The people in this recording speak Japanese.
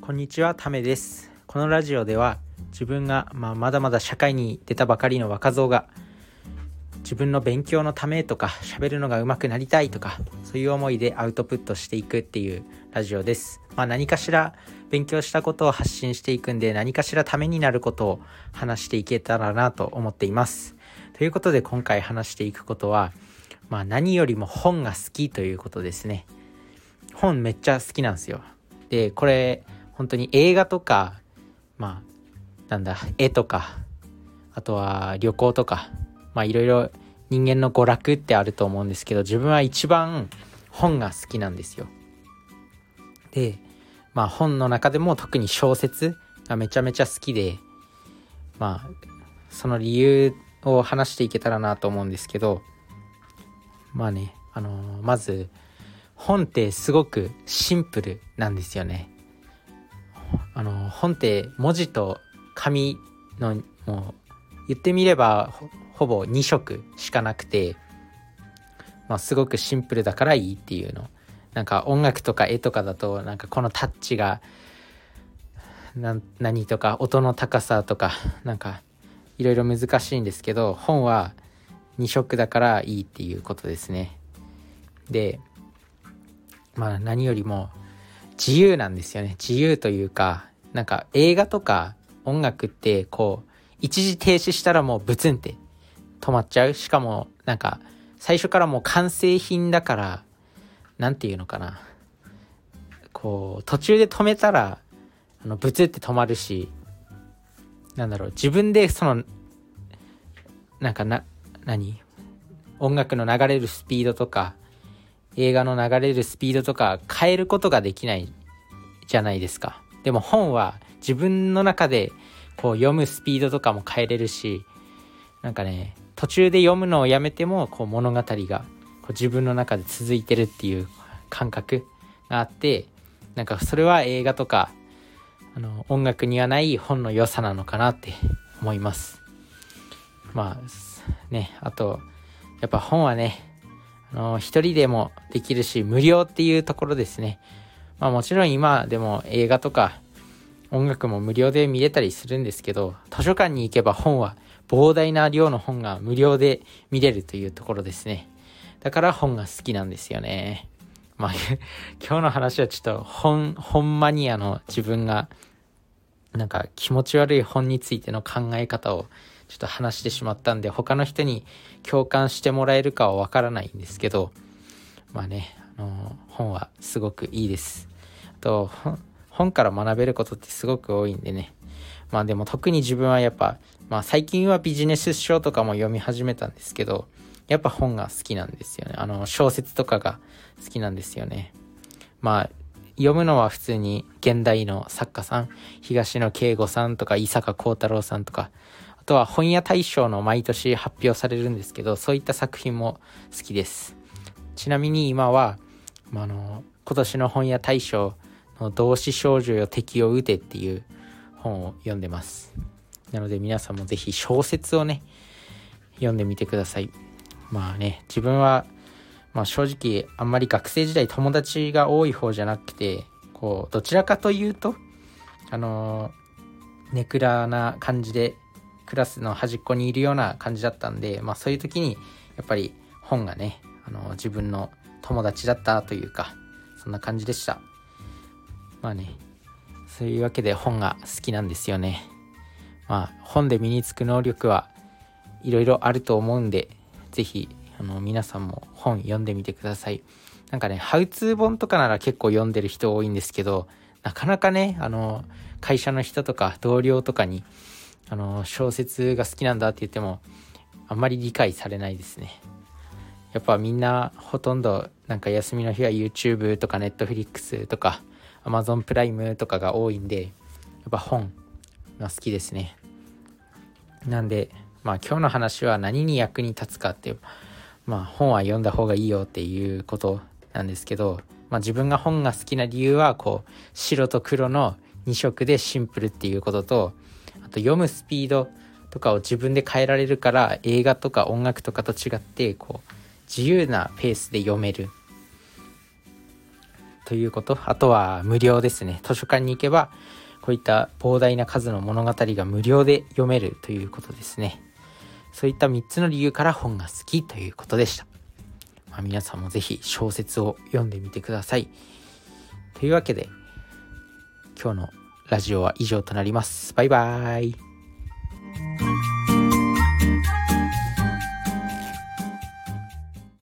こんにちは、ためです。このラジオでは自分が、まだまだ社会に出たばかりの若造が自分の勉強のためとか喋るのが上手くなりたいとかそういう思いでアウトプットしていくっていうラジオです。何かしら勉強したことを発信していくんで、何かしらためになることを話していけたらなと思っています。ということで今回話していくことは、何よりも本が好きということですね。本めっちゃ好きなんですよ。で、これ本当に映画とか絵とか、あとは旅行とかいろいろ人間の娯楽ってあると思うんですけど、自分は一番本が好きなんですよ。で、本の中でも特に小説がめちゃめちゃ好きで、その理由を話していけたらなと思うんですけど、まず本ってすごくシンプルなんですよね。本って文字と紙のもう言ってみればほぼ2色しかなくて、すごくシンプルだからいいっていうの。音楽とか絵とかだとこのタッチが何とか音の高さとかいろいろ難しいんですけど、本は2色だからいいっていうことですね。で、何よりも自由なんですよね。自由というか、映画とか音楽って一時停止したらもうブツンって止まっちゃう。しかも最初からもう完成品だから、途中で止めたらブツって止まるし、自分で音楽の流れるスピードとか映画の流れるスピードとか変えることができないじゃないですか。でも本は自分の中で読むスピードとかも変えれるし、途中で読むのをやめても物語が自分の中で続いてるっていう感覚があって、それは映画とか音楽にはない本の良さなのかなって思います。あとやっぱ本はね、一人でもできるし無料っていうところですね。もちろん今でも映画とか音楽も無料で見れたりするんですけど、図書館に行けば本は膨大な量の本が無料で見れるというところですね。だから本が好きなんですよね。今日の話はちょっと本マニアの自分が気持ち悪い本についての考え方をちょっと話してしまったんで、他の人に共感してもらえるかはわからないんですけど、本はすごくいいです。あと本から学べることってすごく多いんでね。でも特に自分はやっぱ最近はビジネス書とかも読み始めたんですけど、やっぱ本が好きなんですよね。小説とかが好きなんですよね。読むのは普通に現代の作家さん、東野圭吾さんとか伊坂幸太郎さんとか、あとは本屋大賞の毎年発表されるんですけど、そういった作品も好きです。ちなみに今は、今年の本屋大賞の同志少女よ敵を撃てっていう本を読んでます。なので皆さんもぜひ小説をね読んでみてください。自分は正直あんまり学生時代友達が多い方じゃなくて、どちらかというとネクラな感じでクラスの端っこにいるような感じだったんで、そういう時にやっぱり本がね自分の友達だったというか、そんな感じでした。そういうわけで本が好きなんですよね。本で身につく能力はいろいろあると思うんで、ぜひ皆さんも本読んでみてください。ハウツー本とかなら結構読んでる人多いんですけど、なかなかね会社の人とか同僚とかに小説が好きなんだって言ってもあんまり理解されないですね。やっぱみんなほとんど休みの日は YouTube とか Netflix とか Amazon プライムとかが多いんで、やっぱ本が好きですね。なんで今日の話は何に役に立つかっていう、本は読んだ方がいいよっていうことなんですけど、自分が本が好きな理由は白と黒の2色でシンプルっていうことと、あと読むスピードとかを自分で変えられるから、映画とか音楽とかと違って自由なペースで読めるっということ、あとは無料ですね。図書館に行けばこういった膨大な数の物語が無料で読めるということですね。そういった3つの理由から本が好きということでした。皆さんもぜひ小説を読んでみてください。というわけで今日のラジオは以上となります。バイバーイ。